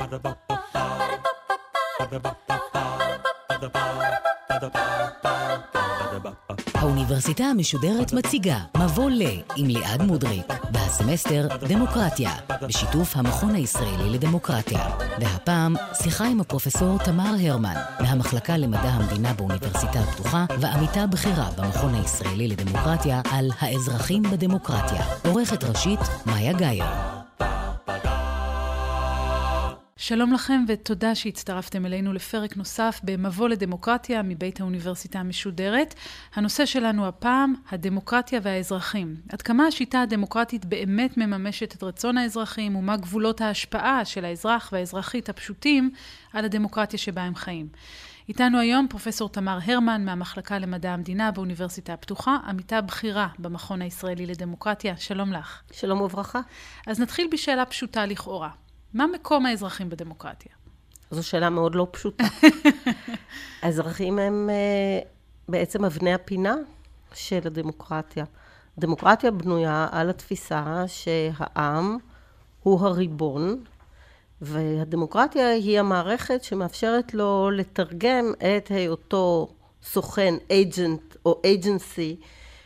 האוניברסיטה המשודרת מציגה מבוא ל עם ליעד מודריק והסמסטר דמוקרטיה בשיתוף המכון הישראלי לדמוקרטיה. והפעם שיחה עם הפרופסור תמר הרמן מהמחלקה למדע המדינה באוניברסיטה הפתוחה ועמיתה בכירה במכון הישראלי לדמוקרטיה על האזרחים בדמוקרטיה. עורכת ראשית מאיה גייר. שלום לכם ותודה שהצטרפתם אלינו לפרק נוסף במבוא לדמוקרטיה מבית האוניברסיטה המשודרת. הנושא שלנו הפעם, הדמוקרטיה והאזרחים. עד כמה השיטה הדמוקרטית באמת מממשת את רצון האזרחים ומה גבולות ההשפעה של האזרח והאזרחית הפשוטים על הדמוקרטיה שבה הם חיים. איתנו היום פרופסור תמר הרמן מהמחלקה למדע המדינה באוניברסיטה הפתוחה, עמיתה בכירה במכון הישראלי לדמוקרטיה. שלום לך. שלום וברכה. אז נתחיל בשאלה פשוטה לכאורה. מה מקום האזרחים בדמוקרטיה? זו שאלה מאוד לא פשוטה. האזרחים הם בעצם אבני הפינה של הדמוקרטיה. הדמוקרטיה בנויה על התפיסה שהעם הוא הריבון, והדמוקרטיה היא המערכת שמאפשרת לו לתרגם את היותו סוכן, agent או agency,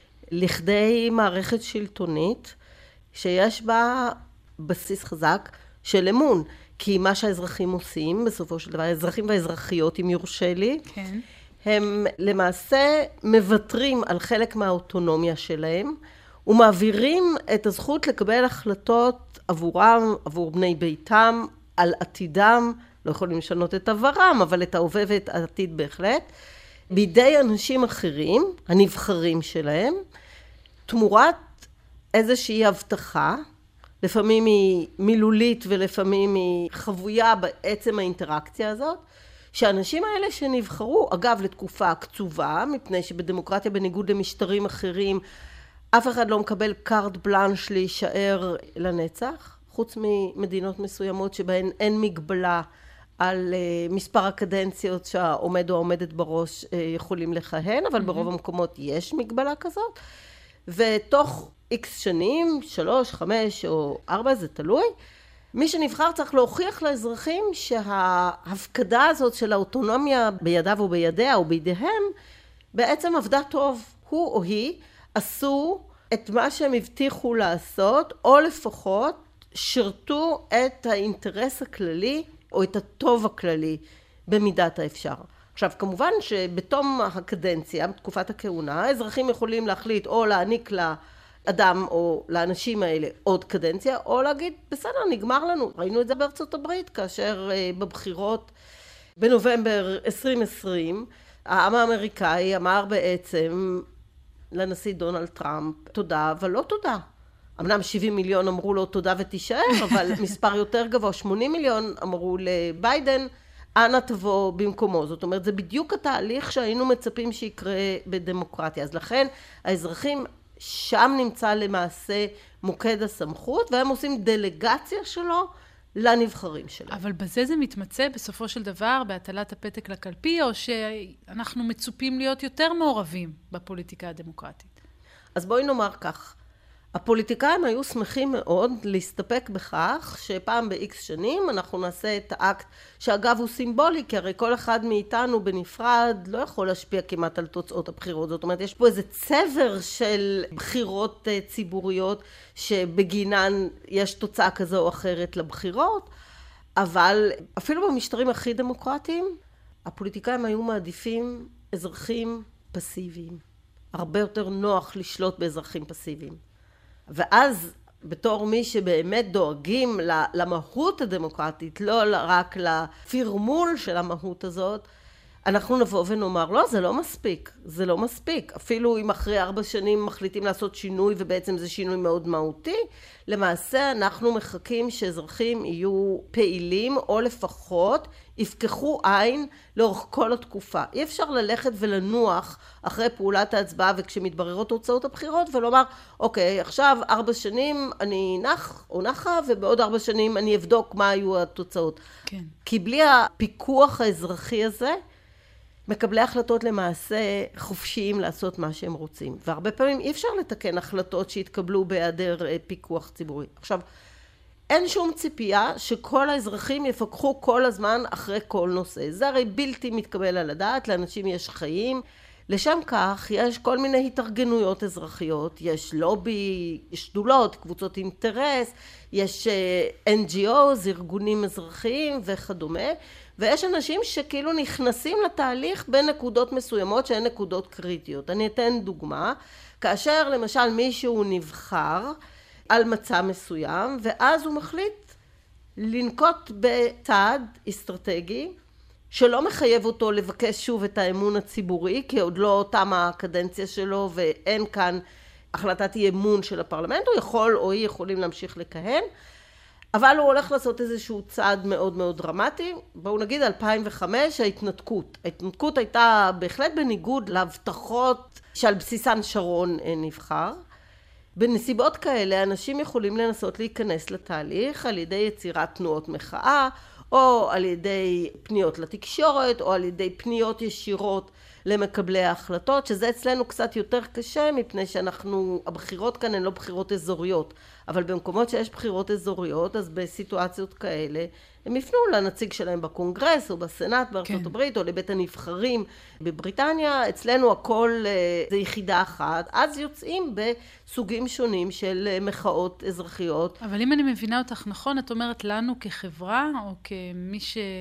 לכדי מערכת שלטונית, שיש בה בסיס חזק, של אמון, כי מה שהאזרחים עושים, בסופו של דבר, האזרחים והאזרחיות, אם יורשה לי, כן. הם למעשה מוותרים על חלק מהאוטונומיה שלהם, ומעבירים את הזכות לקבל החלטות עבורם, עבור בני ביתם, על עתידם, לא יכולים לשנות את עברם, אבל את ההווה ואת העתיד בהחלט, בידי אנשים אחרים, הנבחרים שלהם, תמורת איזושהי הבטחה, לפעמים היא מילולית ולפעמים היא חבויה בעצם האינטראקציה הזאת, שהאנשים האלה שנבחרו, אגב לתקופה קצובה, מפני שבדמוקרטיה בניגוד למשטרים אחרים, אף אחד לא מקבל קארט בלנש להישאר לנצח, חוץ ממדינות מסוימות שבהן אין מגבלה על מספר הקדנציות שהעומד או העומדת בראש יכולים לכהן, אבל ברוב המקומות יש מגבלה כזאת, ותוך איקס שנים, 3, 5 או 4, זה תלוי. מי שנבחר צריך להוכיח לאזרחים שההפקדה הזאת של האוטונומיה בידיו או בידיה או בידיהם, בעצם עבדה טוב. הוא או היא עשו את מה שהם הבטיחו לעשות, או לפחות שירתו את האינטרס הכללי או את הטוב הכללי במידת האפשר. עכשיו, כמובן שבתום הקדנציה, בתקופת הכהונה, האזרחים יכולים להחליט או להעניק לאדם או לאנשים האלה עוד קדנציה, או להגיד, בסדר, נגמר לנו. ראינו את זה בארצות הברית, כאשר בבחירות בנובמבר 2020, העם האמריקאי אמר בעצם לנשיא דונלד טראמפ, תודה, אבל לא תודה. אמנם 70 מיליון אמרו לו תודה ותישאר, אבל מספר יותר גבוה, 80 מיליון אמרו לביידן, אנא תבוא במקומו. זאת אומרת, זה בדיוק התהליך שהיינו מצפים שיקרה בדמוקרטיה. אז לכן האזרחים שם נמצא למעשה מוקד הסמכות, והם עושים דלגציה שלו לנבחרים שלהם. אבל בזה זה מתמצא בסופו של דבר בהטלת הפתק לקלפי, או שאנחנו מצופים להיות יותר מעורבים בפוליטיקה הדמוקרטית? אז בואי נאמר כך, הפוליטיקאים היו שמחים מאוד להסתפק בכך שפעם ב-X שנים אנחנו נעשה את האקט שאגב הוא סימבולי, כי הרי כל אחד מאיתנו בנפרד לא יכול להשפיע כמעט על תוצאות הבחירות. זאת אומרת, יש פה איזה צבר של בחירות ציבוריות שבגינן יש תוצאה כזו או אחרת לבחירות, אבל אפילו במשטרים הכי דמוקרטיים, הפוליטיקאים היו מעדיפים אזרחים פסיביים. הרבה יותר נוח לשלוט באזרחים פסיביים. ואז בתור מי שבאמת דואגים למהות הדמוקרטית, לא רק לפרמול של המהות הזאת, אנחנו נבוא ונאמר, לא, זה לא מספיק, זה לא מספיק. אפילו אם אחרי 4 שנים מחליטים לעשות שינוי, ובעצם זה שינוי מאוד מהותי, למעשה אנחנו מחכים שאזרחים יהיו פעילים, או לפחות יפקחו עין לאורך כל התקופה. אי אפשר ללכת ולנוח אחרי פעולת ההצבעה, וכשמתבררות תוצאות הבחירות, ולומר, אוקיי, עכשיו 4 שנים אני נח או נחה, ובעוד 4 שנים אני אבדוק מה היו התוצאות. כן. כי בלי הפיקוח האזרחי הזה, מקבלי החלטות למעשה חופשיים לעשות מה שהם רוצים. והרבה פעמים אי אפשר לתקן החלטות שהתקבלו בהיעדר פיקוח ציבורי. עכשיו, אין שום ציפייה שכל האזרחים יפקחו כל הזמן אחרי כל נושא. זה הרי בלתי מתקבל על הדעת, לאנשים יש חיים. לשם כך יש כל מיני התארגנויות אזרחיות, יש לובי, יש שדולות, קבוצות אינטרס, יש NGOs, ארגונים אזרחיים וכדומה, ויש אנשים שכאילו נכנסים לתהליך בנקודות מסוימות שהן נקודות קריטיות. אני אתן דוגמה, כאשר למשל מישהו נבחר על מצע מסוים, ואז הוא מחליט לנקוט בצעד אסטרטגי, שלא מחייב אותו לבקש שוב את האמון הציבורי, כי עוד לא תמה הקדנציה שלו ואין כאן החלטת אי אמון של הפרלמנט, הוא יכול או היא יכולים להמשיך לכהן, אבל הוא הולך לעשות איזשהו צעד מאוד מאוד דרמטי. בואו נגיד 2005, ההתנתקות. ההתנתקות הייתה בהחלט בניגוד להבטחות שעל בסיסן שרון נבחר. בנסיבות כאלה אנשים יכולים לנסות להיכנס לתהליך על ידי יצירת תנועות מחאה, או על ידי פניות לתקשורת, או על ידי פניות ישירות למקבלי ההחלטות, שזה אצלנו קצת יותר קשה, מפני הבחירות כאן הן לא בחירות אזוריות, אבל במקומות שיש בחירות אזוריות, אז בסיטואציות כאלה, הם יפנו לנציג שלהם בקונגרס, או בסנאט בארצות הברית, או לבית הנבחרים בבריטניה. אצלנו הכל זה יחידה אחת, אז יוצאים בסוגים שונים של מחאות אזרחיות. אבל אם אני מבינה אותך נכון, את אומרת לנו כחברה, או כמי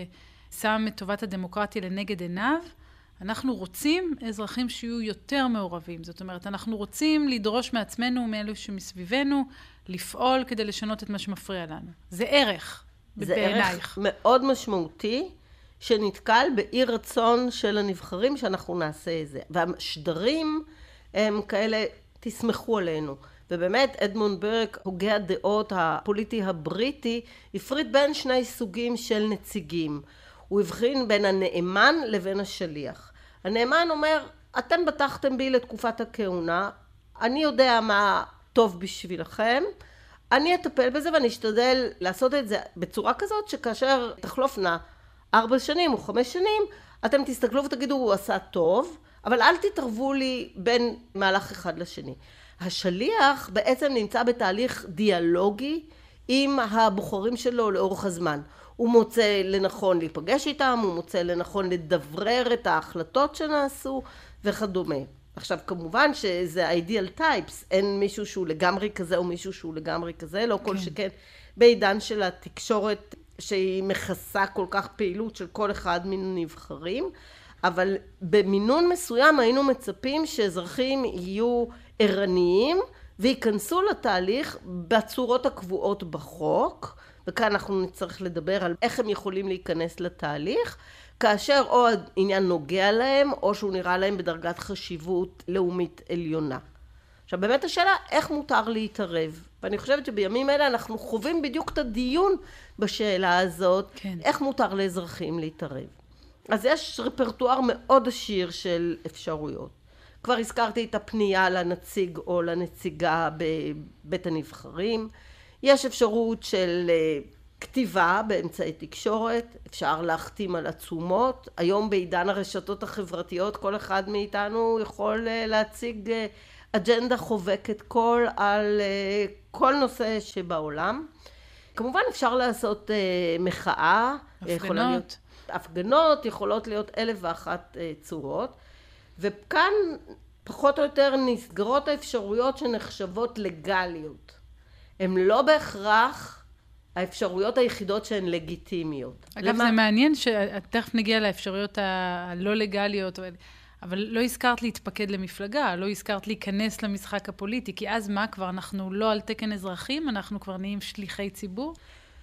ששם את טובת הדמוקרטיה לנגד עיניו, אנחנו רוצים אזרחים שיהיו יותר מעורבים. זאת אומרת, אנחנו רוצים לדרוש מעצמנו ומאלו שמסביבנו, לפעול כדי לשנות את מה שמפריע לנו. זה ערך, זה בעינייך. ערך מאוד משמעותי, שנתקל באי רצון של הנבחרים שאנחנו נעשה את זה. והשדרים הם כאלה, תסמכו עלינו. ובאמת, אדמונד ברק, הוגה הדעות הפוליטי הבריטי, הפריד בין שני סוגים של נציגים. הוא הבחין בין הנאמן לבין השליח. הנאמן אומר, אתם בטחתם בי לתקופת הכהונה, אני יודע מה טוב בשבילכם, אני אטפל בזה ואני אשתדל לעשות את זה בצורה כזאת, שכאשר תחלופנה 4 שנים או 5 שנים, אתם תסתכלו ותגידו, הוא עשה טוב, אבל אל תתערבו לי בין מהלך אחד לשני. השליח בעצם נמצא בתהליך דיאלוגי עם הבוחרים שלו לאורך הזמן. הוא מוצא לנכון להיפגש איתם, הוא מוצא לנכון לדברר את ההחלטות שנעשו וכדומה. עכשיו כמובן שזה ה-ideal types, אין מישהו שהוא לגמרי כזה או מישהו שהוא לגמרי כזה, לא כל שכן בעידן של התקשורת שהיא מכסה כל כך פעילות של כל אחד מן הנבחרים, אבל במינון מסוים היינו מצפים שאזרחים יהיו ערניים וייכנסו לתהליך בצורות הקבועות בחוק, וכאן אנחנו נצטרך לדבר על איך הם יכולים להיכנס לתהליך, כאשר או העניין נוגע להם, או שהוא נראה להם בדרגת חשיבות לאומית עליונה. עכשיו באמת השאלה, איך מותר להתערב? ואני חושבת שבימים אלה אנחנו חווים בדיוק את הדיון בשאלה הזאת, כן. איך מותר לאזרחים להתערב. אז יש רפרטואר מאוד עשיר של אפשרויות. כבר הזכרתי את הפנייה לנציג או לנציגה בבית הנבחרים. יש אפשרות של כתיבה באמצעי תקשורת, אפשר להחתים על עצומות. היום בעידן הרשתות החברתיות כל אחד מאיתנו יכול להציג אג'נדה חובקת כל על כל נושא שבעולם. כמובן אפשר לעשות מחאה. הפגנות יכולות להיות 1,001 צורות. וכאן פחות או יותר נסגרות האפשרויות שנחשבות לגליות. הן לא בהכרח האפשרויות היחידות שהן לגיטימיות. אגב, זה מעניין שתכף נגיע לאפשרויות הלא לגליות, אבל לא הזכרת להתפקד למפלגה, לא הזכרת להיכנס למשחק הפוליטי, כי אז מה כבר? אנחנו לא על תקן אזרחים, אנחנו כבר נהיים שליחי ציבור?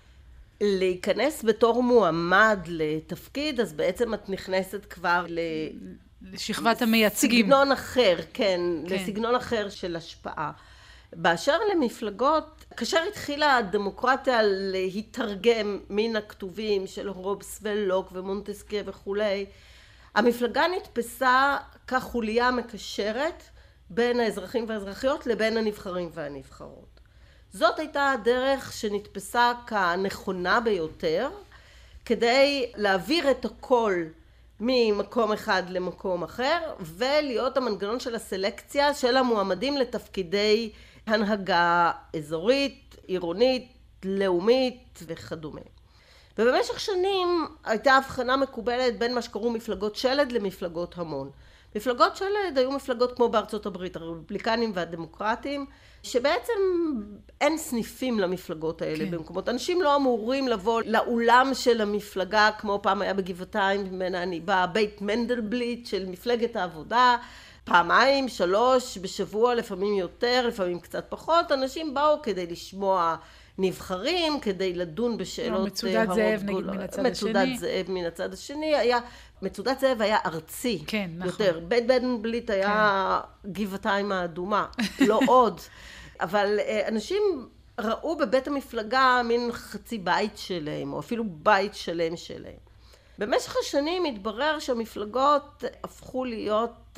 להיכנס בתור מועמד לתפקיד, אז בעצם את נכנסת כבר לשכבת המייצגים. סגנון אחר, כן, לסגנון אחר של השפעה. באשר למפלגות, כאשר התחילה הדמוקרטיה להתרגם מן הכתובים של רובס ולוק ומונטסקיה וכולי, המפלגה נתפסה כחוליה מקשרת בין האזרחים והאזרחיות לבין הנבחרים והנבחרות. זאת הייתה הדרך שנתפסה כנכונה ביותר, כדי להעביר את הכל ממקום אחד למקום אחר, ולהיות המנגנון של הסלקציה של המועמדים לתפקידי הנהגה אזורית, עירונית, לאומית וכדומה. ובמשך שנים הייתה הבחנה מקובלת בין מה שקראו מפלגות שלד למפלגות המון. מפלגות שלד היו מפלגות כמו בארצות הברית, הרפובליקנים והדמוקרטים, שבעצם אין סניפים למפלגות האלה במקומות. אנשים לא אמורים לבוא לאולם של המפלגה, כמו פעם היה בגבעתיים, ממנה אני באה, בית מנדלבליט של מפלגת העבודה, פעמיים, 3 בשבוע, לפעמים יותר, לפעמים קצת פחות. אנשים באו כדי לשמוע נבחרים, כדי לדון בשאלות... מצודת זאב נגיד מן הצד השני. מצודת זאב מן הצד השני היה... מצודת זאב היה ארצי. כן, נכון. יותר. בית מנדלבליט היה גבעתיים האדומה, לא עוד. אבל אנשים ראו בבית המפלגה מין חצי בית שלהם, או אפילו בית שלם שלהם. במשך השנים התברר שהמפלגות הפכו להיות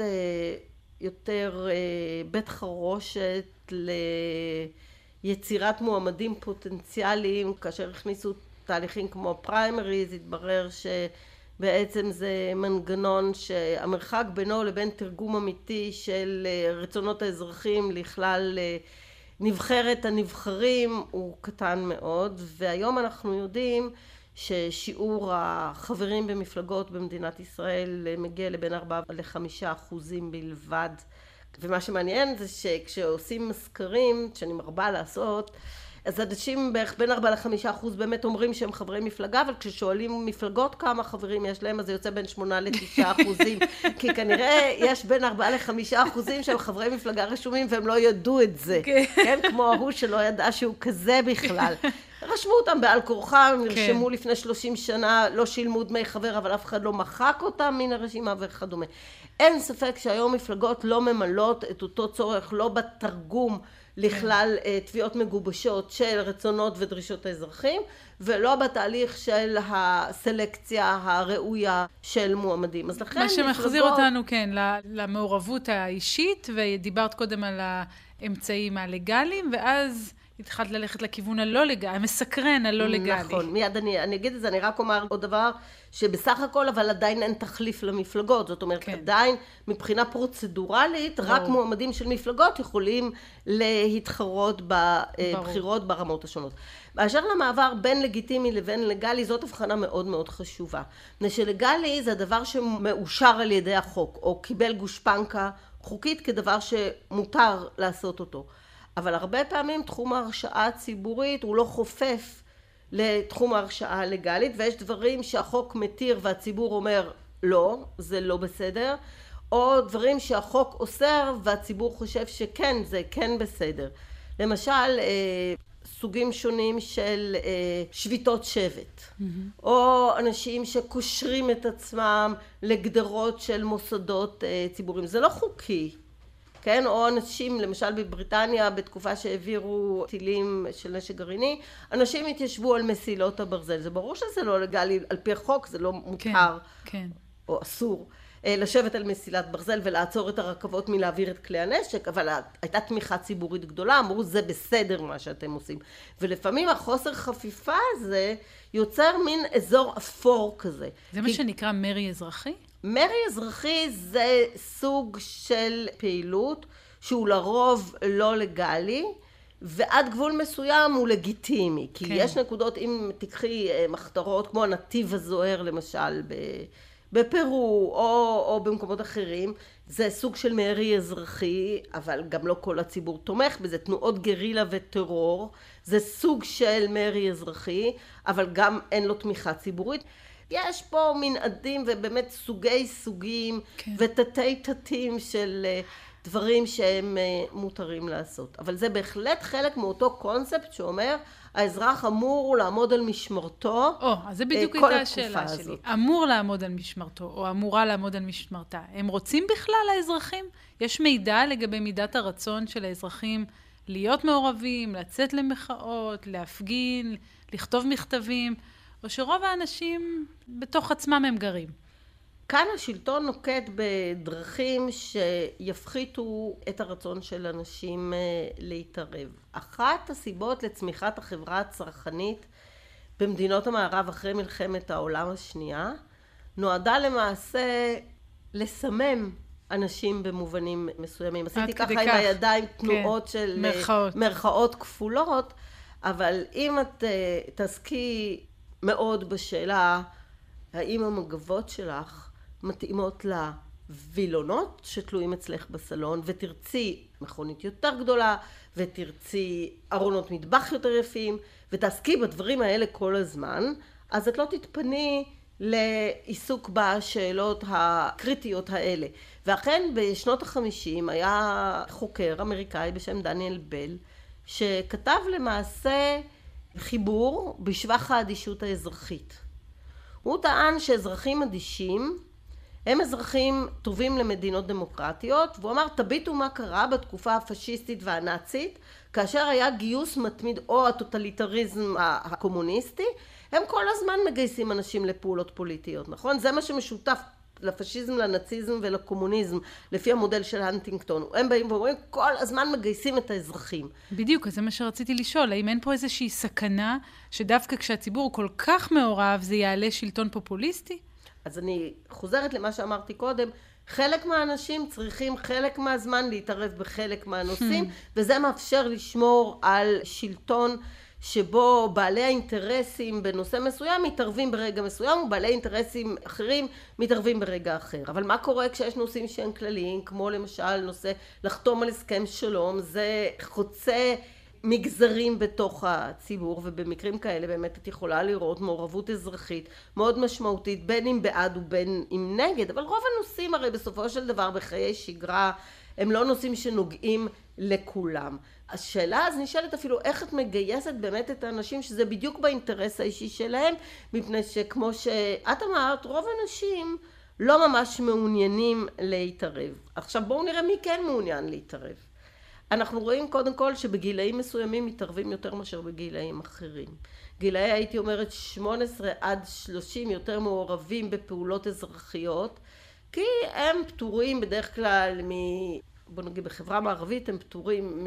יותר בית חרושת ליצירת מועמדים פוטנציאליים. כאשר הכניסו תהליכים כמו פריימריז, התברר שבעצם זה מנגנון שהמרחק בינו לבין תרגום אמיתי של רצונות האזרחים לכלל נבחרת הנבחרים הוא קטן מאוד, והיום אנחנו יודעים ששיעור החברים במפלגות במדינת ישראל מגיע לבין 4-5% בלבד. ומה שמעניין זה שכשעושים סקרים, שאני מרבה לעשות, אז אנשים בערך בין 4-5% באמת אומרים שהם חברי מפלגה, אבל כששואלים מפלגות כמה חברים יש להם, אז זה יוצא בין 8-9%, כי כנראה יש בין 4-5% שהם חברי מפלגה רשומים, והם לא ידעו את זה. כן, כמו ההוא שלא ידע שהוא כזה בכלל. רשמו אותם בעל כורחם, נרשמו לפני 30 שנה, לא שילמו דמי חבר, אבל אף אחד לא מחק אותם מן הרשימה וכדומה. אין ספק שהיום מפלגות לא ממלאות את אותו צורך, לא בתרגום לכלל תביעות מגובשות של רצונות ודרישות האזרחים, ולא בתהליך של הסלקציה הראויה של מועמדים. אז לכן מה שמחזיר אותנו, כן, למעורבות האישית, ודיברת קודם על האמצעים הלגליים, ואז התחלת ללכת לכיוון הלא לגלי, המסקרן הלא לגלי. נכון, מיד אני אגיד את זה, אני רק אומר עוד דבר, שבסך הכל אבל עדיין אין תחליף למפלגות, זאת אומרת עדיין מבחינה פרוצדורלית, רק מועמדים של מפלגות יכולים להתחרות בבחירות ברמות השונות. באשר למעבר בין לגיטימי לבין לגלי, זאת הבחנה מאוד מאוד חשובה. שלגלי זה הדבר שמאושר על ידי החוק, או קיבל גושפנקה חוקית כדבר שמותר לעשות אותו. אבל הרבה פעמים תחום ההרשאה הציבורית הוא לא חופף לתחום ההרשאה הלגלית, ויש דברים שהחוק מתיר והציבור אומר לא, זה לא בסדר, או דברים שהחוק אוסר והציבור חושב שכן, זה כן בסדר. למשל, סוגים שונים של שביתות שבט, או אנשים שקושרים את עצמם לגדרות של מוסדות ציבוריים. זה לא חוקי. כן, או אנשים, למשל בבריטניה, בתקופה שהעבירו טילים של נשק גרעיני, אנשים התיישבו על מסילות הברזל. זה ברור שזה לא לגלי, על פי החוק זה לא מותר, כן. או אסור, לשבת על מסילת ברזל ולעצור את הרכבות מלהעביר את כלי הנשק, אבל הייתה תמיכה ציבורית גדולה, אמרו זה בסדר מה שאתם עושים. ולפעמים החוסר חפיפה הזה יוצר מין אזור אפור כזה. זה מה שנקרא מרי אזרחי? מרי אזרחי זה סוג של פעילות שהוא לרוב לא לגלי, ועד גבול מסוים הוא לגיטימי. כי יש נקודות, אם תקחי מחתרות כמו הנתיב הזוהר למשל בפרו או במקומות אחרים, זה סוג של מרי אזרחי, אבל גם לא כל הציבור תומך בזה. תנועות גרילה וטרור, זה סוג של מרי אזרחי, אבל גם אין לו תמיכה ציבורית. יש פה מנעדים ובאמת סוגים ותתי תתים של דברים שהם מותרים לעשות. אבל זה בהחלט חלק מאותו קונספט שאומר, האזרח אמור לעמוד על משמרתו. אז זה בדיוק הייתה השאלה שלי. אמור לעמוד על משמרתו, או אמורה לעמוד על משמרתה. הם רוצים בכלל האזרחים? יש מידע לגבי מידת הרצון של האזרחים להיות מעורבים, לצאת למחאות, להפגין, לכתוב מכתבים, או שרוב האנשים בתוך עצמם הם גרים. כאן השלטון נוקט בדרכים שיפחיתו את הרצון של אנשים להתערב. אחת הסיבות לצמיחת החברה הצרכנית במדינות המערב אחרי מלחמת העולם השנייה, נועדה למעשה לסמם אנשים במובנים מסוימים. עשיתי ככה עם הידיים תנועות של מרכאות כפולות, אבל אם את תעסקי מאוד בשאלה, האם המגבות שלך מתאימות לווילונות שתלויים אצלך בסלון, ותרצי מכונית יותר גדולה, ותרצי ארונות מטבח יותר יפים, ותעסקי בדברים האלה כל הזמן, אז את לא תתפני לעיסוק בשאלות הקריטיות האלה. ואכן בשנות ה-50 היה חוקר אמריקאי בשם דניאל בל, שכתב למעשה חיבור בשבח האדישות האזרחית. הוא טען שאזרחים אדישים הם אזרחים טובים למדינות דמוקרטיות, והוא אמר תביטו מה קרה בתקופה הפשיסטית והנאצית, כאשר היה גיוס מתמיד או הטוטליטריזם הקומוניסטי, הם כל הזמן מגייסים אנשים לפעולות פוליטיות, נכון? זה מה שמשותף לפשיזם, לנאציזם ולקומוניזם, לפי המודל של הנטינגטון. הם באים ואומרים, כל הזמן מגייסים את האזרחים. בדיוק, אז זה מה שרציתי לשאול. האם אין פה איזושהי סכנה, שדווקא כשהציבור כל כך מעורב, זה יעלה שלטון פופוליסטי? אז אני חוזרת למה שאמרתי קודם, חלק מהאנשים צריכים חלק מהזמן להתערב בחלק מהנושאים, וזה מאפשר לשמור על שלטון שבו בעלי האינטרסים בנושא מסוים מתערבים ברגע מסוים, ובעלי אינטרסים אחרים מתערבים ברגע אחר. אבל מה קורה כשיש נושאים שהם כלליים, כמו למשל נושא לחתום על הסכם שלום, זה חוצה מגזרים בתוך הציבור, ובמקרים כאלה באמת את יכולה לראות מעורבות אזרחית מאוד משמעותית, בין אם בעד ובין אם נגד, אבל רוב הנושאים הרי בסופו של דבר בחיי שגרה הם לא נושאים שנוגעים לכולם. השאלה אז נשאלת אפילו איך את מגייסת באמת את האנשים שזה בדיוק באינטרס האישי שלהם, מפני שכמו שאת אמרת, רוב האנשים לא ממש מעוניינים להתערב. עכשיו בואו נראה מי כן מעוניין להתערב. אנחנו רואים קודם כל שבגילאים מסוימים מתערבים יותר מאשר בגילאים אחרים. גילאי הייתי אומרת 18 עד 30 יותר מעורבים בפעולות אזרחיות, כי הם פטורים בדרך כלל בוא נגיד בחברה מערבית הם פטורים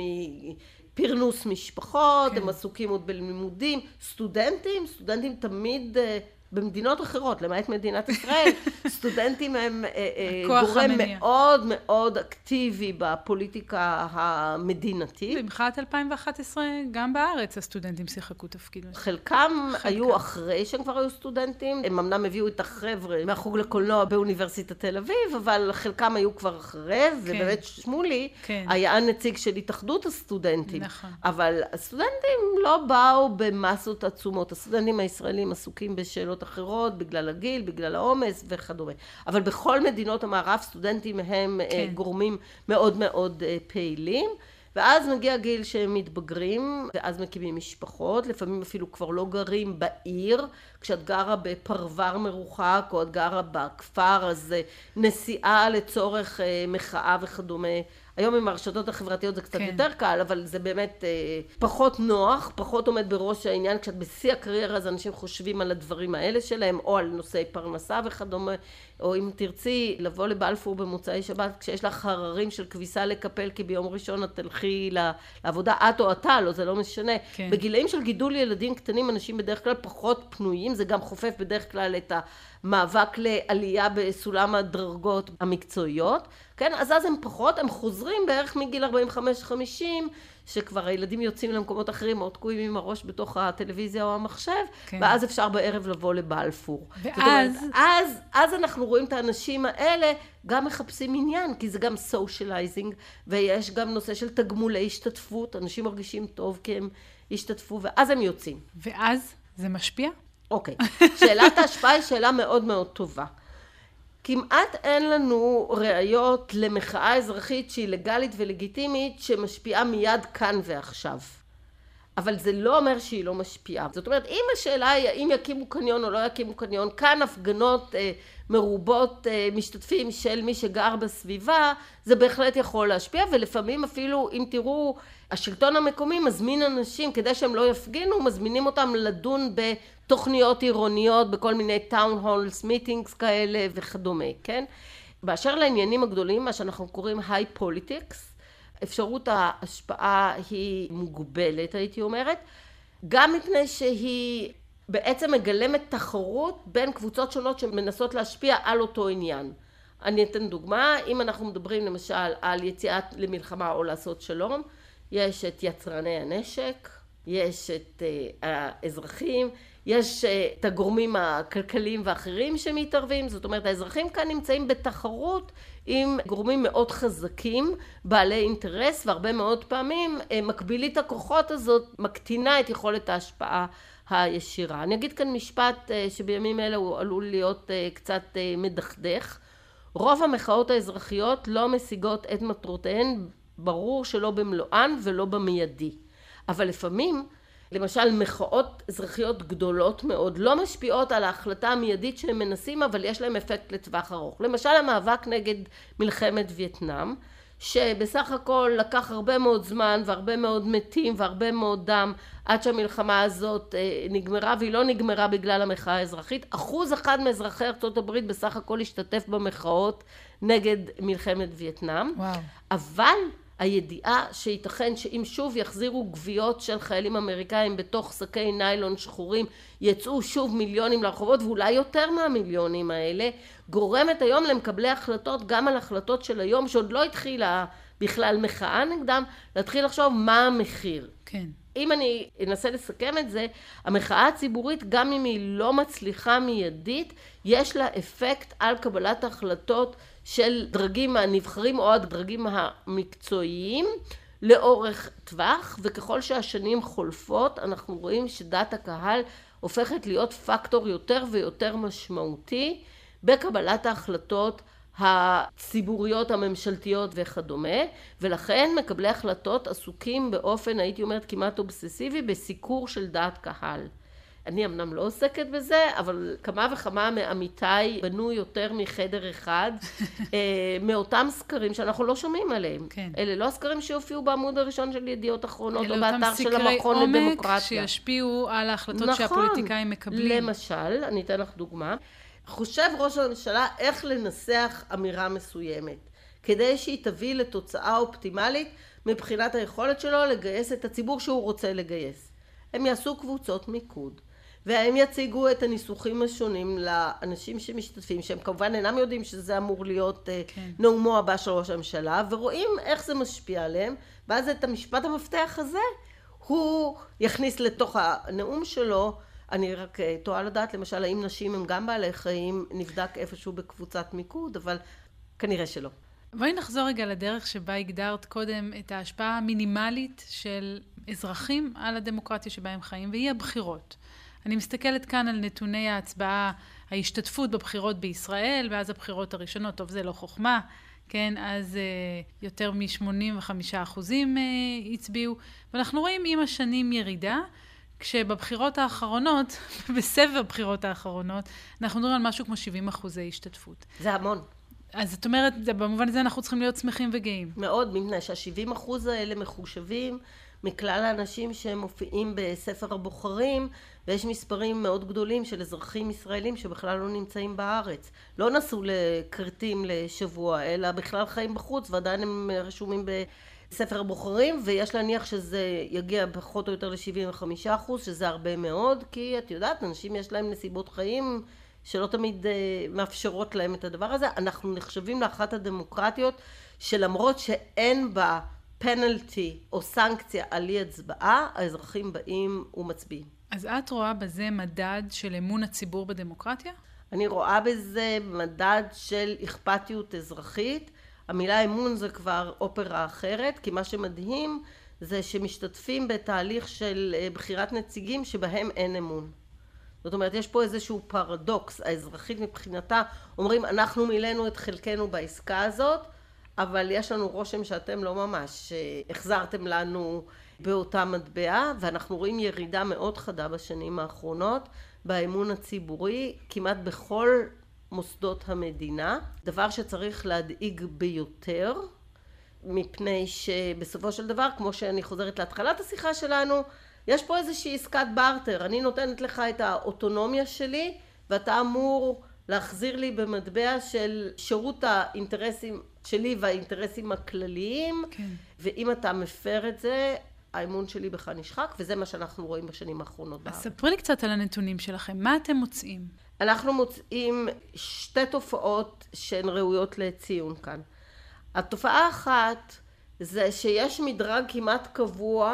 מפרנוס משפחות, כן. הם עסוקים עוד בלימודים, סטודנטים תמיד במדינות אחרות, למעט מדינת ישראל, סטודנטים הם גורם מאוד מאוד אקטיבי בפוליטיקה המדינתית. במחאת 2011 גם בארץ הסטודנטים שיחקו תפקיד. חלקם היו אחרי שהם כבר היו סטודנטים, הם אמנם הביאו את החבר'ה מהחוג לקולנוע באוניברסיטת תל אביב, אבל חלקם היו כבר אחרי, ובאמת שמולי היה נציג של התאחדות הסטודנטים. נכון. אבל הסטודנטים לא באו במסות עצומות, הסטודנטים הישראלים עסוקים בשאלות אחרות, בגלל הגיל, בגלל העומס וכדומה. אבל בכל מדינות המערב סטודנטים הם גורמים מאוד מאוד פעילים, ואז מגיע גיל שהם מתבגרים, ואז מקימים משפחות, לפעמים אפילו כבר לא גרים בעיר, כשאת גרה בפרבר מרוחק, או את גרה בכפר, אז נסיעה לצורך מחאה וכדומה. היום עם הרשתות החברתיות זה קצת יותר קל, אבל זה באמת פחות נוח, פחות עומד בראש העניין, כשאת בשיא הקריירה אז אנשים חושבים על הדברים האלה שלהם, או על נושאי פרנסה וכדומה, או אם תרצי לבוא לבלפור במוצאי שבת, כשיש לך הררים של כביסה לקפל, כי ביום ראשון את תלכי לעבודה, את או אתה, לא, זה לא משנה. כן. בגילאים של גידול ילדים קטנים, אנשים בדרך כלל פחות פנויים, זה גם חופף בדרך כלל את המאבק לעלייה בסולם הדרגות המקצועיות. כן, אז הם פחות, הם חוזרים בערך מגיל 45-50, שכבר הילדים יוצאים למקומות אחרים, מאוד תקועים עם הראש בתוך הטלוויזיה או המחשב, כן. ואז אפשר בערב לבוא לבלפור. אז אנחנו רואים את האנשים האלה, גם מחפשים עניין, כי זה גם סושיאלייזינג, ויש גם נושא של תגמולי השתתפות, אנשים מרגישים טוב כי הם השתתפו, ואז הם יוצאים. ואז זה משפיע? אוקיי. שאלת ההשפעה היא שאלה מאוד מאוד טובה. כמעט אין לנו ראיות למחאה אזרחית שהיא לגלית ולגיטימית שמשפיעה מיד כאן ועכשיו. אבל זה לא אומר שהיא לא משפיעה. זאת אומרת, אם השאלה היא האם יקימו קניון או לא יקימו קניון, כאן הפגנות מרובות משתתפים של מי שגר בסביבה, זה בהחלט יכול להשפיע, ולפעמים אפילו אם תראו, השלטון המקומי מזמין אנשים, כדי שהם לא יפגינו, מזמינים אותם לדון בתוכניות עירוניות, בכל מיני town halls, meetings כאלה וכדומה, כן? באשר לעניינים הגדולים, מה שאנחנו קוראים high politics, אפשרות ההשפעה היא מוגבלת, הייתי אומרת, גם מפני שהיא בעצם מגלמת תחרות בין קבוצות שונות שמנסות להשפיע על אותו עניין. אני אתן דוגמה, אם אנחנו מדברים למשל על יציאת למלחמה או לעשות שלום, יש את יצרני הנשק, יש את האזרחים, יש את הגורמים הכלכליים ואחרים שמתערבים, זאת אומרת האזרחים כאן נמצאים בתחרות עם גורמים מאוד חזקים, בעלי אינטרס, והרבה מאוד פעמים מקבילית הכוחות הזאת מקטינה את יכולת ההשפעה הישירה. אני אגיד כאן משפט שבימים אלה הוא עלול להיות קצת מדכדך. רוב המחאות האזרחיות לא משיגות את מטרותיהן, ברור שלא במלואן ולא במיידי. אבל לפעמים, למשל מחאות אזרחיות גדולות מאוד, לא משפיעות על ההחלטה המיידית שהם מנסים, אבל יש להם אפקט לטווח ארוך. למשל המאבק נגד מלחמת וייטנאם, שבסך הכל לקח הרבה מאוד זמן והרבה מאוד מתים והרבה מאוד דם עד שהמלחמה הזאת נגמרה, והיא לא נגמרה בגלל המחאה האזרחית. 1% מאזרחי ארצות הברית בסך הכל השתתף במחאות נגד מלחמת וייטנאם. וואו. אבל הידיעה שייתכן שאם שוב יחזירו גוויות של חיילים אמריקאים בתוך שקי ניילון שחורים, יצאו שוב מיליונים לרחובות, ואולי יותר מהמיליונים האלה, גורמת היום למקבלי החלטות, גם על החלטות של היום, שעוד לא התחילה בכלל מחאה נגדם, להתחיל לחשוב מה המחיר. כן. אם אני אנסה לסכם את זה, המחאה הציבורית, גם אם היא לא מצליחה מיידית, יש לה אפקט על קבלת החלטות של דרגים הנבחרים או הדרגים המקצועיים לאורך טווח, וככל שהשנים חולפות אנחנו רואים שדעת הקהל הופכת להיות פקטור יותר ויותר משמעותי בקבלת ההחלטות הציבוריות, הממשלתיות וכדומה, ולכן מקבלי החלטות עסוקים באופן, הייתי אומרת, כמעט אובססיבי, בסיקור של דעת קהל. אני אמנם לא עוסקת בזה, אבל כמה וכמה מעמיתיי בנו יותר מחדר אחד, מאותם סקרים שאנחנו לא שומעים עליהם. כן. אלה לא הסקרים שהופיעו בעמוד הראשון של ידיעות אחרונות, או באתר של המכון לדמוקרטיה. אלה אותם סקרי עומק שישפיעו על ההחלטות שהפוליטיקאים מקבלים. למשל, אני אתן לך דוגמה, חושב ראש הממשלה איך לנסח אמירה מסוימת, כדי שהיא תביא לתוצאה אופטימלית מבחינת היכולת שלו לגייס את הציבור שהוא רוצה לגייס. הם יעשו קבוצות מיקוד, והם יציגו את הניסוחים השונים לאנשים שמשתתפים, שהם כמובן אינם יודעים שזה אמור להיות נאומו הבא של ראש הממשלה, ורואים איך זה משפיע עליהם, ואז את המשפט המפתח הזה הוא יכניס לתוך הנאום שלו. אני רק תועה לדעת, למשל, האם נשים הם גם בעלי חיים, נבדק איפשהו בקבוצת מיקוד, אבל כנראה שלא. בואי נחזור רגע לדרך שבה הגדרת קודם את ההשפעה המינימלית של אזרחים על הדמוקרטיה שבה הם חיים, והיא הבחירות. אני מסתכלת כאן על נתוני ההצבעה, ההשתתפות בבחירות בישראל, ואז הבחירות הראשונות, טוב זה לא חוכמה, כן, אז יותר מ-85% הצביעו, ואנחנו רואים עם השנים ירידה, כשבבחירות האחרונות, בסבב הבחירות האחרונות, אנחנו מדברים על משהו כמו 70% השתתפות. זה המון. אז זאת אומרת, במובן הזה אנחנו צריכים להיות שמחים וגאים. מאוד, מפני שה-70% האלה מחושבים מכלל האנשים שהם מופיעים בספר הבוחרים, ויש מספרים מאוד גדולים של אזרחים ישראלים שבכלל לא נמצאים בארץ. לא נסעו לקרטים לשבוע, אלא בכלל חיים בחוץ, ועדיין הם רשומים בספר הבוחרים, ויש להניח שזה יגיע פחות או יותר ל-75%, שזה הרבה מאוד, כי את יודעת, אנשים יש להם נסיבות חיים שלא תמיד מאפשרות להם את הדבר הזה. אנחנו נחשבים לאחת הדמוקרטיות שלמרות שאין בה פנלטי או סנקציה על אי הצבעה, האזרחים באים ומצביעים. אז את רואה בזה מדד של אמון הציבור בדמוקרטיה? אני רואה בזה מדד של אכפתיות אזרחית. המילה אמון זה כבר אופרה אחרת, כי מה שמדהים זה שמשתתפים בתהליך של בחירת נציגים שבהם אין אמון. זאת אומרת, יש פה איזשהו פרדוקס. האזרחית מבחינתה אומרים, אנחנו מילאנו את חלקנו בעסקה הזאת, אבל יש לנו רושם שאתם לא ממש החזרתם לנו באותה מטבע, ואנחנו רואים ירידה מאוד חדה בשנים האחרונות באמון הציבורי, כמעט בכל מוסדות המדינה, דבר שצריך להדאיג ביותר, מפני שבסופו של דבר, כמו שאני חוזרת להתחלת השיחה שלנו, יש פה איזושהי עסקת בארטר, אני נותנת לך את האוטונומיה שלי, ואתה אמור להחזיר לי במטבע של שירות האינטרסים שלי והאינטרסים הכלליים, כן. ואם אתה מפר את זה, האמון שלי בך נשחק, וזה מה שאנחנו רואים בשנים האחרונות בארץ. אז ספרי לי קצת על הנתונים שלכם, מה אתם מוצאים? אנחנו מוצאים שתי תופעות שהן ראויות לציון כאן. התופעה אחת זה שיש מדרג כמעט קבוע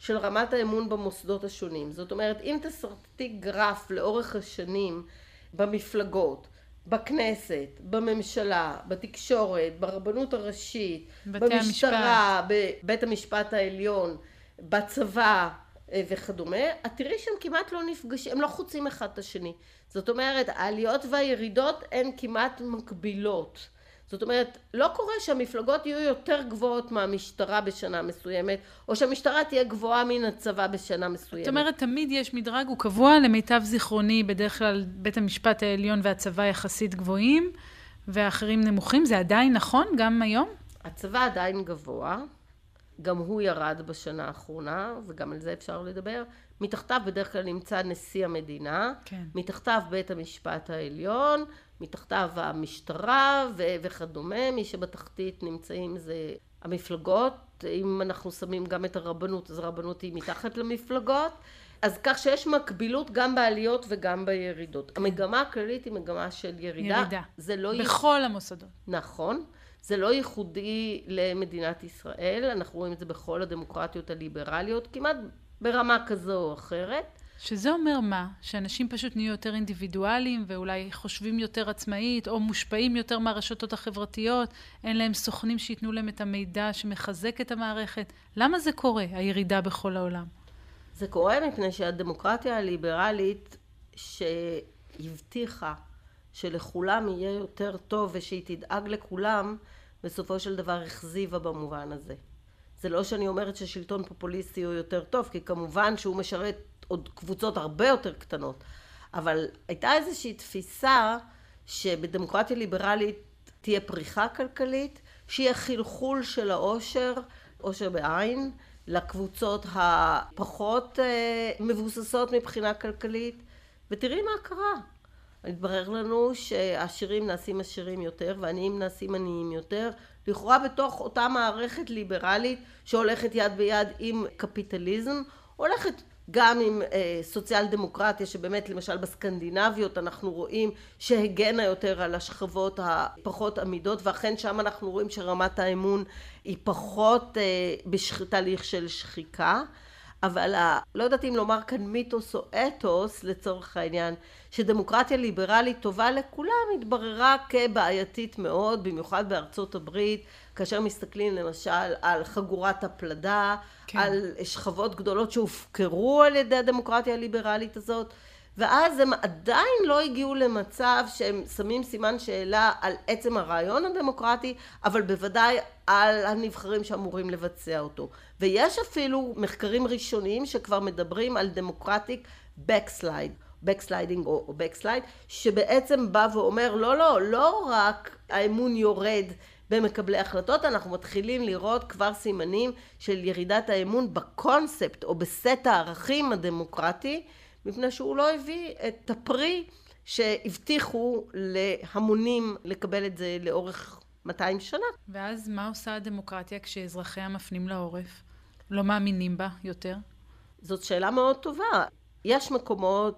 של רמת האמון במוסדות השונים. זאת אומרת, אם תסרטטי גרף לאורך השנים במפלגות, בכנסת, בממשלה, בתקשורת, ברבנות הראשית, במשטרה, בבית המשפט העליון, בצבא וכדומה, את תראי שהם כמעט לא נפגשים, הם לא חוצים אחד את השני. זאת אומרת, העליות והירידות הן כמעט מקבילות. זאת אומרת, לא קורה שהמפלגות יהיו יותר גבוהות מהמשטרה בשנה מסוימת, או שהמשטרה תהיה גבוהה מן הצבא בשנה מסוימת. זאת אומרת, תמיד יש מדרג, הוא קבוע, למיטב זיכרוני, בדרך כלל בית המשפט העליון והצבא יחסית גבוהים, והאחרים נמוכים. זה עדיין נכון, גם היום? הצבא עדיין גבוה, גם הוא ירד בשנה האחרונה, וגם על זה אפשר לדבר. מתחתיו בדרך כלל נמצא נשיא המדינה, כן. מתחתיו בית המשפט העליון, מתחתיו המשטרה וכדומה. מי שבתחתית נמצאים זה המפלגות. אם אנחנו שמים גם את הרבנות, אז הרבנות היא מתחת למפלגות. אז כך שיש מקבילות גם בעליות וגם בירידות. המגמה הכללית היא מגמה של ירידה. זה לא בכל המוסדות. נכון. זה לא ייחודי למדינת ישראל. אנחנו רואים את זה בכל הדמוקרטיות הליברליות, כמעט ברמה כזו או אחרת. שזה אומר מה? שאנשים פשוט נהיו יותר אינדיבידואליים ואולי חושבים יותר עצמאית או מושפעים יותר מהרשתות החברתיות, אין להם סוכנים שיתנו להם את המידע שמחזק את המערכת. למה זה קורה, הירידה בכל העולם? זה קורה מפני שהדמוקרטיה הליברלית שהבטיחה שלכולם יהיה יותר טוב ושהיא תדאג לכולם, בסופו של דבר הכזיבה במובן הזה. זה לא שאני אומרת ששלטון פופוליסטי הוא יותר טוב, כי כמובן שהוא משרת עוד קבוצות הרבה יותר קטנות. אבל הייתה איזושהי תפיסה שבדמוקרטיה ליברלית תהיה פריחה כלכלית, שיהיה חלחול של העושר, עושר בעין, לקבוצות הפחות מבוססות מבחינה כלכלית. ותראי מה קרה. התברר לנו שהעשירים נעשים עשירים יותר והעניים נעשים עניים יותר, לכאורה בתוך אותה מערכת ליברלית שהולכת יד ביד עם קפיטליזם, הולכת גם עם סוציאל דמוקרטיה, שבאמת למשל בסקנדינביות אנחנו רואים שהגנה יותר על השכבות הפחות עמידות, ואכן שם אנחנו רואים שרמת האמון היא פחות בתהליך של שחיקה. אבל לא יודעת אם לומר כאן מיתוס או אתוס לצורך העניין, שדמוקרטיה ליברלית טובה לכולם התבררה כבעייתית מאוד, במיוחד בארצות הברית, כאשר מסתכלים למשל על חגורת הפלדה, כן. על שכבות גדולות שהופקרו על ידי הדמוקרטיה הליברלית הזאת, ואז הם עדיין לא הגיעו למצב שהם שמים סימן שאלה על עצם הרעיון הדמוקרטי, אבל בוודאי על הנבחרים שאמורים לבצע אותו. ויש אפילו מחקרים ראשוניים שכבר מדברים על דמוקרטיק backsliding או backslide, שבעצם בא ואומר לא רק האמון יורד במקבלי החלטות, אנחנו מתחילים לראות כבר סימנים של ירידת האמון בקונספט או בסט הערכים הדמוקרטי, מפני שהוא לא הביא את הפרי שהבטיחו להמונים לקבל את זה לאורך 200 שנה. ואז מה עושה הדמוקרטיה כשאזרחיה מפנים לעורף? לא מאמינים בה יותר? זאת שאלה מאוד טובה. יש מקומות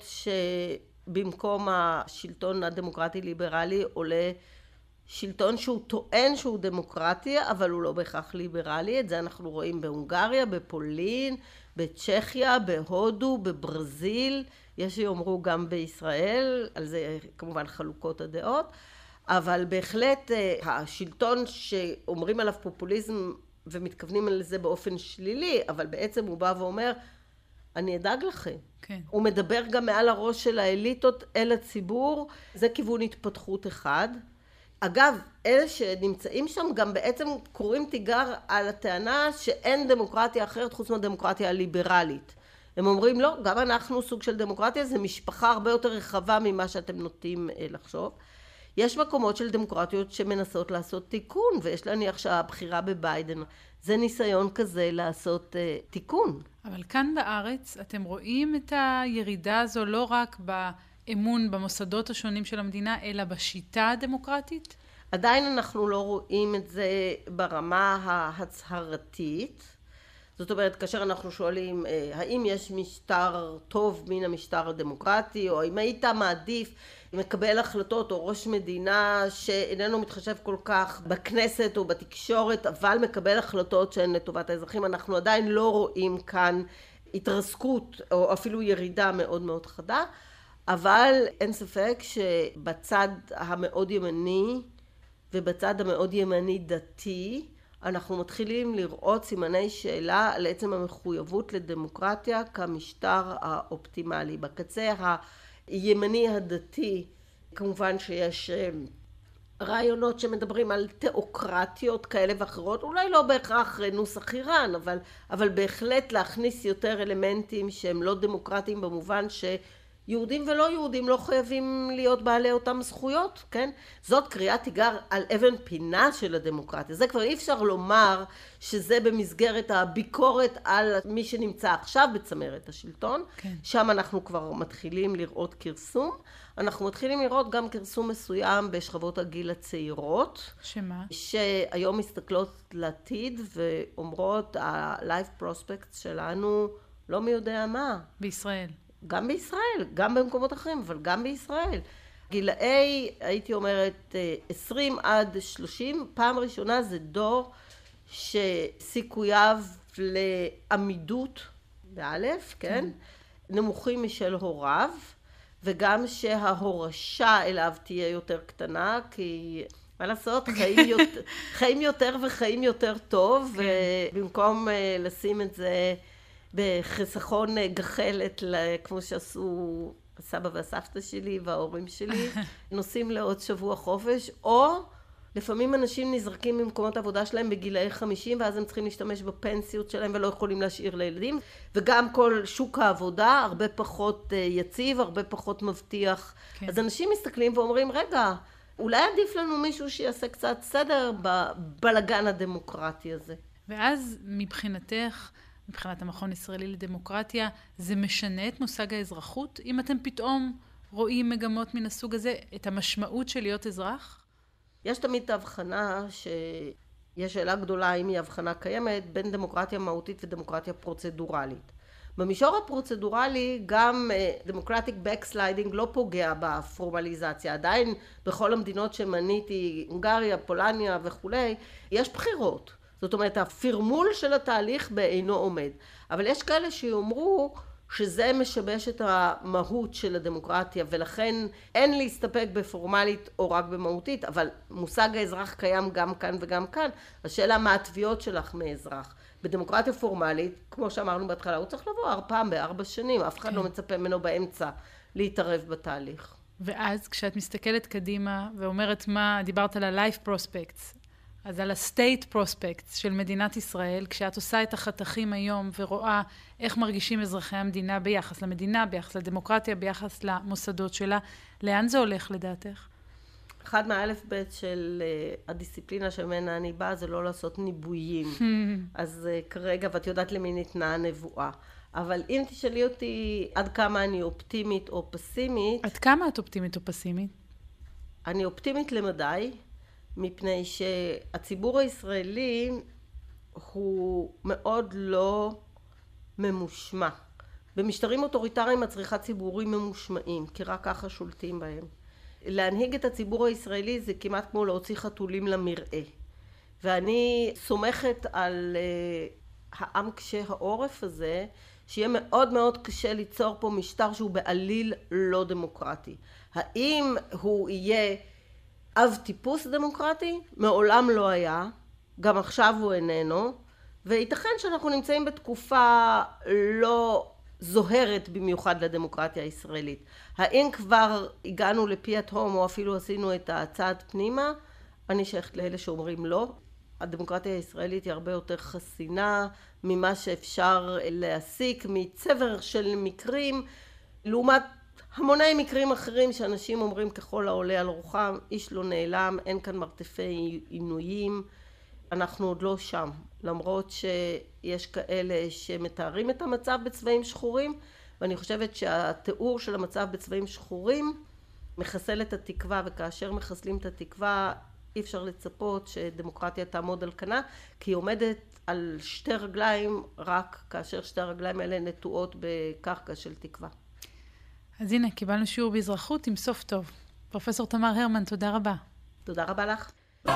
שבמקום השלטון הדמוקרטי ליברלי עולה שלטון שהוא טוען שהוא דמוקרטי, אבל הוא לא בהכרח ליברלי. את זה אנחנו רואים בהונגריה, בפולין, בצ'כיה, בהודו, בברזיל, יש שיאמרו גם בישראל, על זה כמובן חלוקות הדעות, אבל בהחלט השלטון שאומרים עליו פופוליזם ומתכוונים על זה באופן שלילי, אבל בעצם הוא בא ואומר, אני אדאג לכם. כן. הוא מדבר גם מעל הראש של האליטות אל הציבור, זה כיוון התפתחות אחד. אגב, אלה שנמצאים שם גם בעצם קוראים תיגר על הטענה שאין דמוקרטיה אחרת חוץ מהדמוקרטיה הליברלית. הם אומרים לא, גם אנחנו סוג של דמוקרטיה, זה משפחה הרבה יותר רחבה ממה שאתם נוטים לחשוב. יש מקומות של דמוקרטיות שמנסות לעשות תיקון, ויש להניח שהבחירה בביידן זה ניסיון כזה לעשות תיקון. אבל כאן בארץ אתם רואים את הירידה הזו לא רק באמון במוסדות השונים של המדינה, אלא בשיטה הדמוקרטית? עדיין אנחנו לא רואים את זה ברמה ההצהרתית. זאת אומרת, כאשר אנחנו שואלים האם יש משטר טוב מן המשטר הדמוקרטי, או אם היית מעדיף מקבל החלטות או ראש מדינה שאיננו מתחשב כל כך בכנסת או בתקשורת, אבל מקבל החלטות שהן לטובת האזרחים, אנחנו עדיין לא רואים כאן התרסקות או אפילו ירידה מאוד מאוד חדה, אבל אין ספק שבצד המאוד ימני ובצד המאוד ימני דתי, אנחנו מתחילים לראות סימני שאלה על עצם המחויבות לדמוקרטיה כמשטר האופטימלי. בקצה הימני הדתי, כמובן שיש רעיונות שמדברים על תיאוקרטיות כאלה ואחרות, אולי לא בהכרח נוסח איראן, אבל בהחלט להכניס יותר אלמנטים שהם לא דמוקרטיים במובן יהודים ולא יהודים לא חייבים להיות בעלי אותם זכויות, כן? זאת קריאת תיגר על אבן פינה של הדמוקרטיה. זה כבר אי אפשר לומר שזה במסגרת הביקורת על מי שנמצא עכשיו בצמרת השלטון. כן. שם אנחנו כבר מתחילים לראות כרסום. אנחנו מתחילים לראות גם כרסום מסוים בשכבות הגיל הצעירות. שמה? שהיום מסתכלות לעתיד ואומרות, ה-life prospects שלנו לא מי יודע מה. בישראל. גם בישראל, גם במקומות אחרים, אבל גם בישראל. גילאי, הייתי אומרת, 20 עד 30, פעם ראשונה זה דור שסיכוייו לעמידות, באלף, כן? נמוכים משל הוריו, וגם שההורשה אליו תהיה יותר קטנה, כי מה לעשות, חיים יותר וחיים יותר טוב, ובמקום לשים את זה בחסכון גחלת, כמו שעשו הסבא והסבתא שלי וההורים שלי, נוסעים לעוד שבוע חופש, או לפעמים אנשים נזרקים ממקומות העבודה שלהם בגילאי 50, ואז הם צריכים להשתמש בפנסיות שלהם ולא יכולים להשאיר לילדים, וגם כל שוק העבודה הרבה פחות יציב, הרבה פחות מבטיח. כן. אז אנשים מסתכלים ואומרים, רגע, אולי עדיף לנו מישהו שיעשה קצת סדר בבלגן הדמוקרטי הזה. ואז מבחינתך, מבחינת המכון הישראלי לדמוקרטיה, זה משנה את מושג האזרחות? אם אתם פתאום רואים מגמות מן הסוג הזה, את המשמעות של להיות אזרח? יש תמיד את ההבחנה שיש שאלה גדולה אם היא הבחנה קיימת בין דמוקרטיה מהותית ודמוקרטיה פרוצדורלית. במישור הפרוצדורלי גם דמוקרטיק בקסליידינג לא פוגע בפורמליזציה. עדיין בכל המדינות שמניתי, הונגריה, פולניה וכולי, יש בחירות. זאת אומרת, הפרמול של התהליך בעינו עומד. אבל יש כאלה שיאמרו שזה משבש את המהות של הדמוקרטיה, ולכן אין להסתפק בפורמלית או רק במהותית, אבל מושג האזרח קיים גם כאן וגם כאן. השאלה מה התביעות שלך מאזרח. בדמוקרטיה פורמלית, כמו שאמרנו בהתחלה, הוא צריך לבוא פעם ב4 שנים, אף אחד לא מצפה ממנו באמצע להתערב בתהליך. ואז כשאת מסתכלת קדימה ואומרת מה, דיברת על ה-life prospects, אז על ה-state prospects של מדינת ישראל, כשאת עושה את החתכים היום ורואה איך מרגישים אזרחי המדינה ביחס למדינה, ביחס לדמוקרטיה, ביחס למוסדות שלה, לאן זה הולך לדעתך? אחד מהאלף בית של הדיסציפלינה שממנה אני באה, זה לא לעשות ניבויים. אז כרגע, ואת יודעת למי ניתנה הנבואה. אבל אם תשאלי אותי עד כמה אני אופטימית או פסימית... עד כמה את אופטימית או פסימית? אני אופטימית למדי, מפני שהציבור הישראלי הוא מאוד לא ממושמע. במשטרים אוטוריטריים הצריכה ציבורים ממושמעים, כי רק ככה שולטים בהם. להנהיג את הציבור הישראלי זה כמעט כמו להוציא חתולים למרעה. ואני סומכת על העם קשה העורף הזה, שיהיה מאוד מאוד קשה ליצור פה משטר שהוא בעליל לא דמוקרטי. האם הוא יהיה אב טיפוס דמוקרטי? מעולם לא היה, גם עכשיו הוא איננו, וייתכן שאנחנו נמצאים בתקופה לא זוהרת במיוחד לדמוקרטיה הישראלית. האם כבר הגענו לפי התהום או אפילו עשינו את הצעד פנימה? אני שייכת לאלה שאומרים לא. הדמוקרטיה הישראלית היא הרבה יותר חסינה ממה שאפשר להסיק מצבר של מקרים, לעומת המוני מקרים אחרים שאנשים אומרים ככל העולה על רוחם, איש לא נעלם, אין כאן מרתפי עינויים, אנחנו עוד לא שם. למרות שיש כאלה שמתארים את המצב בצבעים שחורים, ואני חושבת שהתיאור של המצב בצבעים שחורים מחסל את התקווה, וכאשר מחסלים את התקווה אי אפשר לצפות שדמוקרטיה תעמוד על כנה, כי היא עומדת על שתי רגליים, רק כאשר שתי הרגליים האלה נטועות בקרקע של תקווה. אז הנה, קיבלנו שיעור באזרחות עם סוף טוב. פרופסור תמר הרמן, תודה רבה. תודה רבה לך.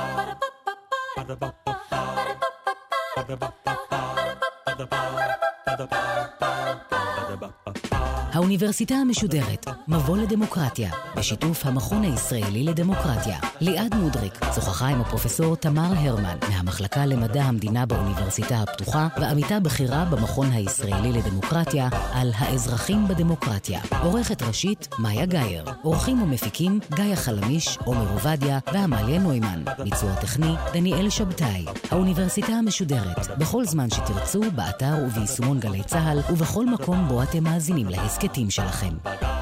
האוניברסיטה המשודרת, מבוא לדמוקרטיה, בשיתוף המכון הישראלי לדמוקרטיה. ליעד מודריק שוחחה עם הפרופסור תמר הרמן מהמחלקה למדע המדינה באוניברסיטה הפתוחה ועמיתה בכירה במכון הישראלי לדמוקרטיה על האזרחים בדמוקרטיה. עורכת ראשית מאיה גייר, עורכים ומפיקים גיא חלמיש, עומר עובדיה ועמליה נוימן. ביצוע טכני דניאל שבתאי. האוניברסיטה המשודרת, בכל זמן שתרצו, באתר וביישומון גלי צהל ובכל מקום בו אתם מאזינים להסכתים שלכם.